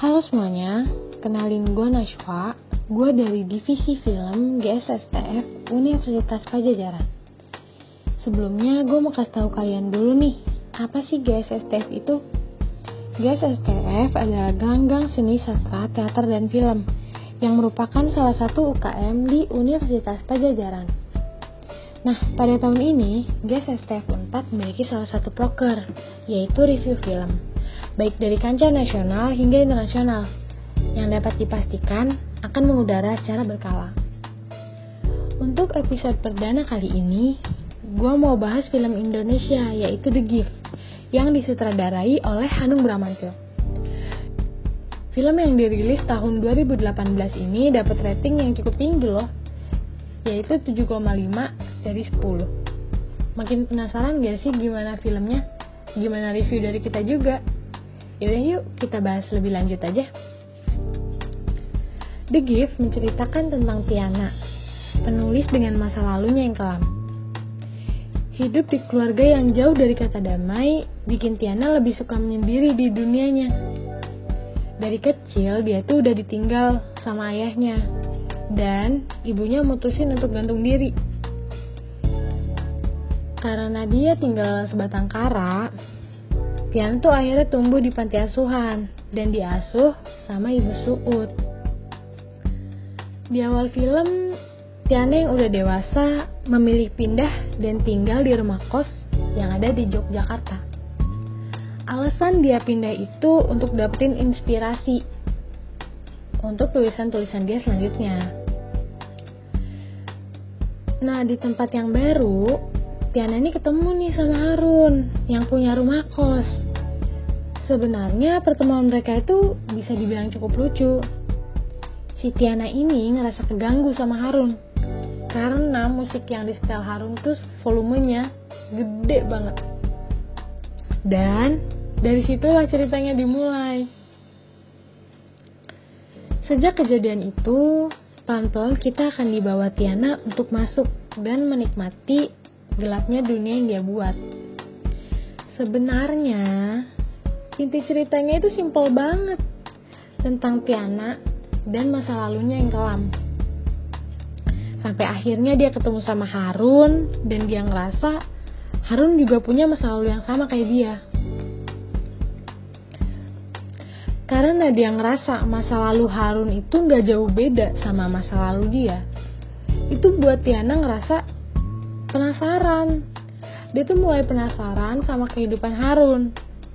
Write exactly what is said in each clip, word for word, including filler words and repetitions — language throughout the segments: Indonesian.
Halo semuanya, kenalin gue Najwa, gue dari Divisi Film G S S T F Universitas Padjadjaran. Sebelumnya gue mau kasih tahu kalian dulu nih, apa sih G S S T F itu? G S S T F adalah Gelanggang Seni Sastra Teater dan Film yang merupakan salah satu U K M di Universitas Padjadjaran. Nah, pada tahun ini, G S S T F Unpad memiliki salah satu proker, yaitu review film, baik dari kancah nasional hingga internasional, yang dapat dipastikan akan mengudara secara berkala. Untuk episode perdana kali ini, gue mau bahas film Indonesia, yaitu The Gift, yang disutradarai oleh Hanung Bramantyo. Film yang dirilis tahun dua ribu delapan belas ini dapat rating yang cukup tinggi loh, yaitu tujuh koma lima dari sepuluh. Makin penasaran gak sih gimana filmnya? Gimana review dari kita juga? Yaudah yuk kita bahas lebih lanjut aja. The Gift menceritakan tentang Tiana, penulis dengan masa lalunya yang kelam. Hidup di keluarga yang jauh dari kata damai bikin Tiana lebih suka menyendiri di dunianya. Dari kecil dia tuh udah ditinggal sama ayahnya, dan ibunya mutusin untuk gantung diri. Karena dia tinggal sebatang kara, Tiana tuh akhirnya tumbuh di panti asuhan dan diasuh sama ibu Suud. Di awal film, Tiana yang udah dewasa memilih pindah dan tinggal di rumah kos yang ada di Yogyakarta. Alasan dia pindah itu untuk dapetin inspirasi untuk tulisan-tulisan dia selanjutnya. Nah, di tempat yang baru, Tiana ini ketemu nih sama Harun yang punya rumah kos. Sebenarnya pertemuan mereka itu bisa dibilang cukup lucu. Si Tiana ini ngerasa keganggu sama Harun karena musik yang disetel Harun tuh volumenya gede banget. Dan dari situlah ceritanya dimulai. Sejak kejadian itu, pelan-pelan kita akan dibawa Tiana untuk masuk dan menikmati gelapnya dunia yang dia buat. Sebenarnya inti ceritanya itu simpel banget, tentang Tiana dan masa lalunya yang kelam. Sampai akhirnya dia ketemu sama Harun dan dia ngerasa Harun juga punya masa lalu yang sama kayak dia. Karena dia ngerasa masa lalu Harun itu gak jauh beda sama masa lalu dia, itu buat Tiana ngerasa penasaran. Dia tuh mulai penasaran sama kehidupan Harun.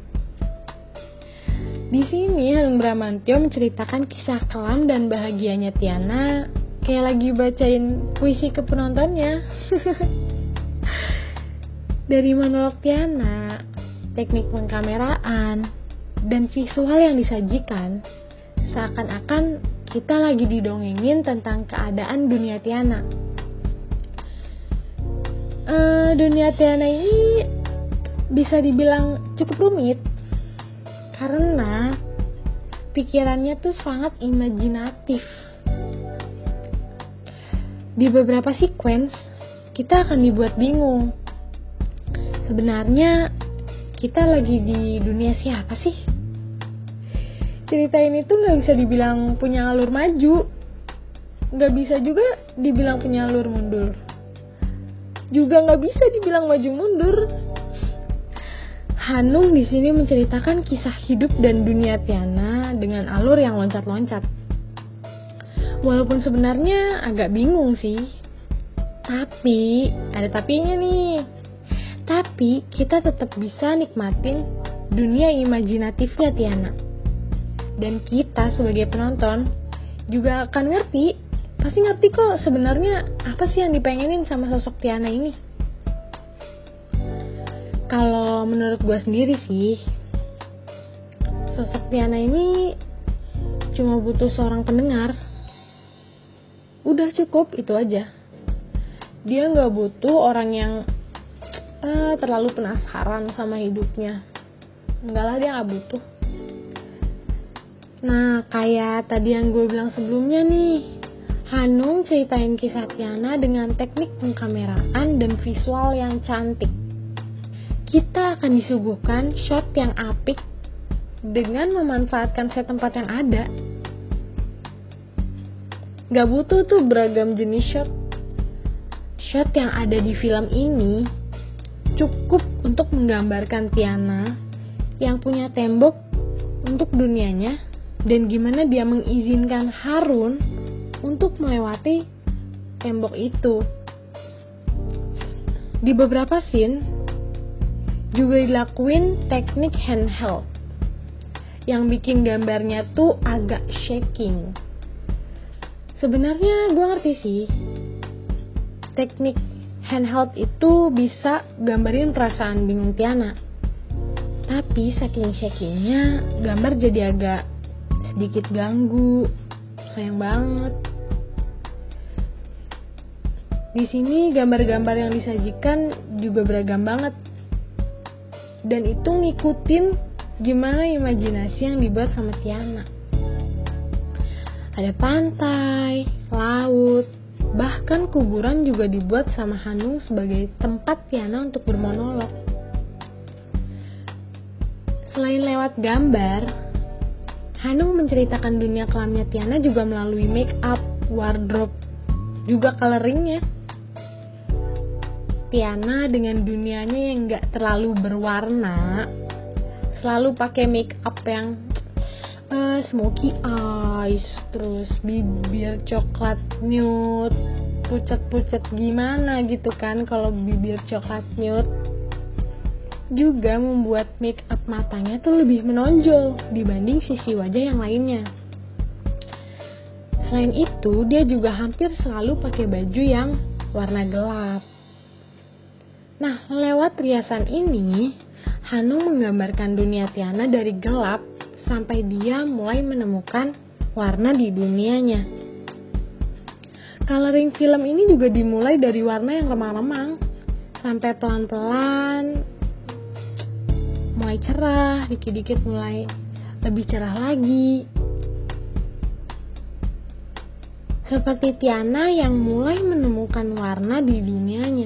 Di sini Hanung Bramantyo menceritakan kisah kelam dan bahagianya Tiana kayak lagi bacain puisi ke penontonnya. Dari monolog Tiana, teknik pengkameraan, dan visual yang disajikan, seakan-akan kita lagi didongengin tentang keadaan dunia Tiana. Uh, dunia Tiana ini bisa dibilang cukup rumit karena pikirannya tuh sangat imajinatif. Di beberapa sequence kita akan dibuat bingung. Sebenarnya kita lagi di dunia siapa sih? Cerita ini tuh gak bisa dibilang punya alur maju, gak bisa juga dibilang punya alur mundur, juga gak bisa dibilang maju mundur. Hanung di sini menceritakan kisah hidup dan dunia Tiana dengan alur yang loncat-loncat. Walaupun sebenarnya agak bingung sih, tapi ada tapinya nih. Tapi kita tetap bisa nikmatin dunia imajinatifnya Tiana. Dan kita sebagai penonton juga akan ngerti, pasti ngerti kok sebenarnya apa sih yang dipengenin sama sosok Tiana ini. Kalau menurut gue sendiri sih, sosok Tiana ini cuma butuh seorang pendengar. Udah cukup, itu aja. Dia gak butuh orang yang uh, terlalu penasaran sama hidupnya. Enggak lah, dia gak butuh. Nah, kayak tadi yang gue bilang sebelumnya nih, Hanung ceritain kisah Tiana dengan teknik pengkameraan dan visual yang cantik. Kita akan disuguhkan shot yang apik dengan memanfaatkan set tempat yang ada. Gak butuh tuh beragam jenis shot. Shot yang ada di film ini cukup untuk menggambarkan Tiana yang punya tembok untuk dunianya dan gimana dia mengizinkan Harun untuk melewati tembok itu. Di beberapa scene juga dilakuin teknik handheld yang bikin gambarnya tuh agak shaking. Sebenarnya gue ngerti sih, teknik handheld itu bisa gambarin perasaan bingung Tiana. Tapi saking shakingnya, gambar jadi agak sedikit ganggu. Sayang banget. Di sini gambar-gambar yang disajikan juga beragam banget. Dan itu ngikutin gimana imajinasi yang dibuat sama Tiana. Ada pantai, laut, bahkan kuburan juga dibuat sama Hanung sebagai tempat Tiana untuk bermonolog. Selain lewat gambar, Hanung menceritakan dunia kelamnya Tiana juga melalui make up, wardrobe, juga coloringnya. Tiana dengan dunianya yang gak terlalu berwarna, selalu pakai make up yang Uh, smoky eyes, terus bibir coklat nude, pucat-pucat gimana gitu kan kalau bibir coklat nude. Juga membuat make up matanya tuh lebih menonjol dibanding sisi wajah yang lainnya. Selain itu, dia juga hampir selalu pakai baju yang warna gelap. Nah, lewat riasan ini, Hanung menggambarkan dunia Tiana dari gelap sampai dia mulai menemukan warna di dunianya. Coloring film ini juga dimulai dari warna yang remang-remang sampai pelan-pelan mulai cerah, dikit-dikit mulai lebih cerah lagi. Seperti Tiana yang mulai menemukan warna di dunianya.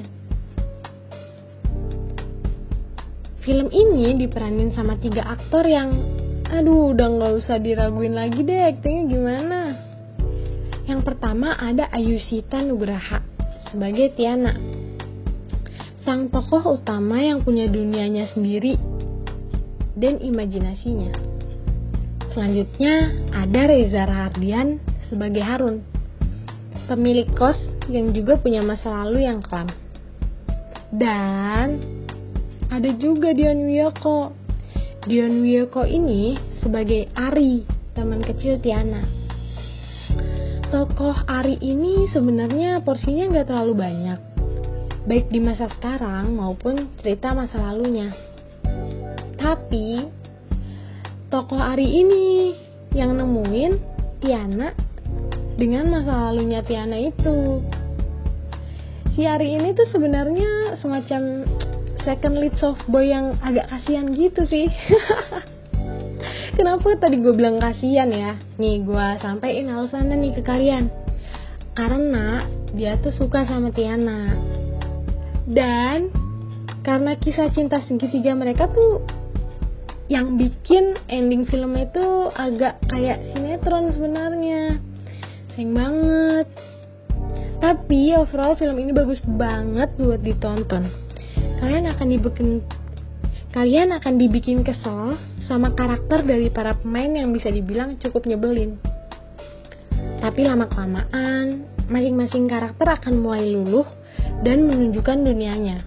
Film ini diperanin sama tiga aktor yang aduh, udah gak usah diraguin lagi deh aktingnya gimana. Yang pertama ada Ayushita Nugraha sebagai Tiana, sang tokoh utama yang punya dunianya sendiri dan imajinasinya. Selanjutnya ada Reza Rahardian sebagai Harun, pemilik kos yang juga punya masa lalu yang kelam. Dan ada juga Dion Wiyoko. Dion Wiyoko ini sebagai Ari, teman kecil Tiana. Tokoh Ari ini sebenarnya porsinya gak terlalu banyak, baik di masa sekarang maupun cerita masa lalunya. Tapi tokoh Ari ini yang nemuin Tiana dengan masa lalunya Tiana itu. Si Ari ini tuh sebenarnya semacam second lead soft boy yang agak kasihan gitu sih. Kenapa tadi gue bilang kasihan ya? Nih gue sampein alasannya nih ke kalian. Karena dia tuh suka sama Tiana. Dan karena kisah cinta segitiga mereka tuh yang bikin ending filmnya itu agak kayak sinetron sebenarnya. Sayang banget. Tapi overall film ini bagus banget buat ditonton. Kalian akan dibikin kalian akan dibikin kesel sama karakter dari para pemain yang bisa dibilang cukup nyebelin. Tapi lama-kelamaan masing-masing karakter akan mulai luluh dan menunjukkan dunianya.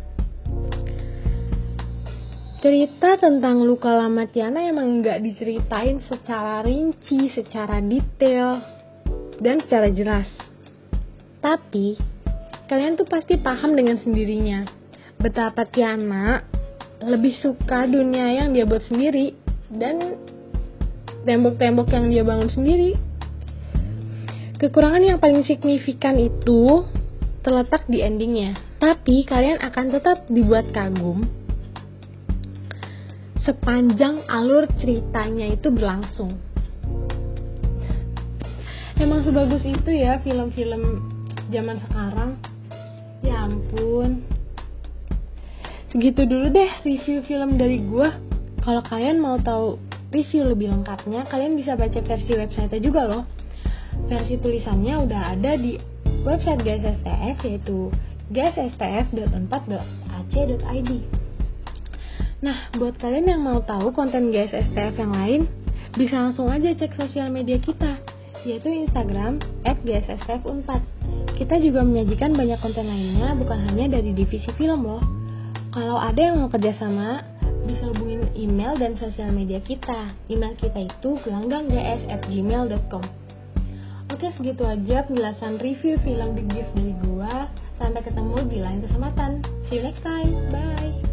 Cerita tentang luka lama Tiana emang gak diceritain secara rinci, secara detail, dan secara jelas. Tapi kalian tuh pasti paham dengan sendirinya betapa Tiana lebih suka dunia yang dia buat sendiri dan tembok-tembok yang dia bangun sendiri. Kekurangan yang paling signifikan itu terletak di endingnya. Tapi kalian akan tetap dibuat kagum sepanjang alur ceritanya itu berlangsung. Emang sebagus itu ya film-film zaman sekarang. Ya ampun. Segitu dulu deh review film dari gue. Kalau kalian mau tahu review lebih lengkapnya, kalian bisa baca versi website juga loh. Versi tulisannya udah ada di website G S S T F, yaitu g s s t f dot unpad dot a c dot i d. Nah, buat kalian yang mau tahu konten G S S T F yang lain, bisa langsung aja cek sosial media kita, yaitu Instagram at g s s t f unpad. Kita juga menyajikan banyak konten lainnya, bukan hanya dari divisi film loh. Kalau ada yang mau kerjasama, bisa hubungin email dan sosial media kita. Email kita itu gelangganggs at gmail dot com. Oke, segitu aja penjelasan review film The Gift dari gua. Sampai ketemu di lain kesempatan. See you next time. Bye.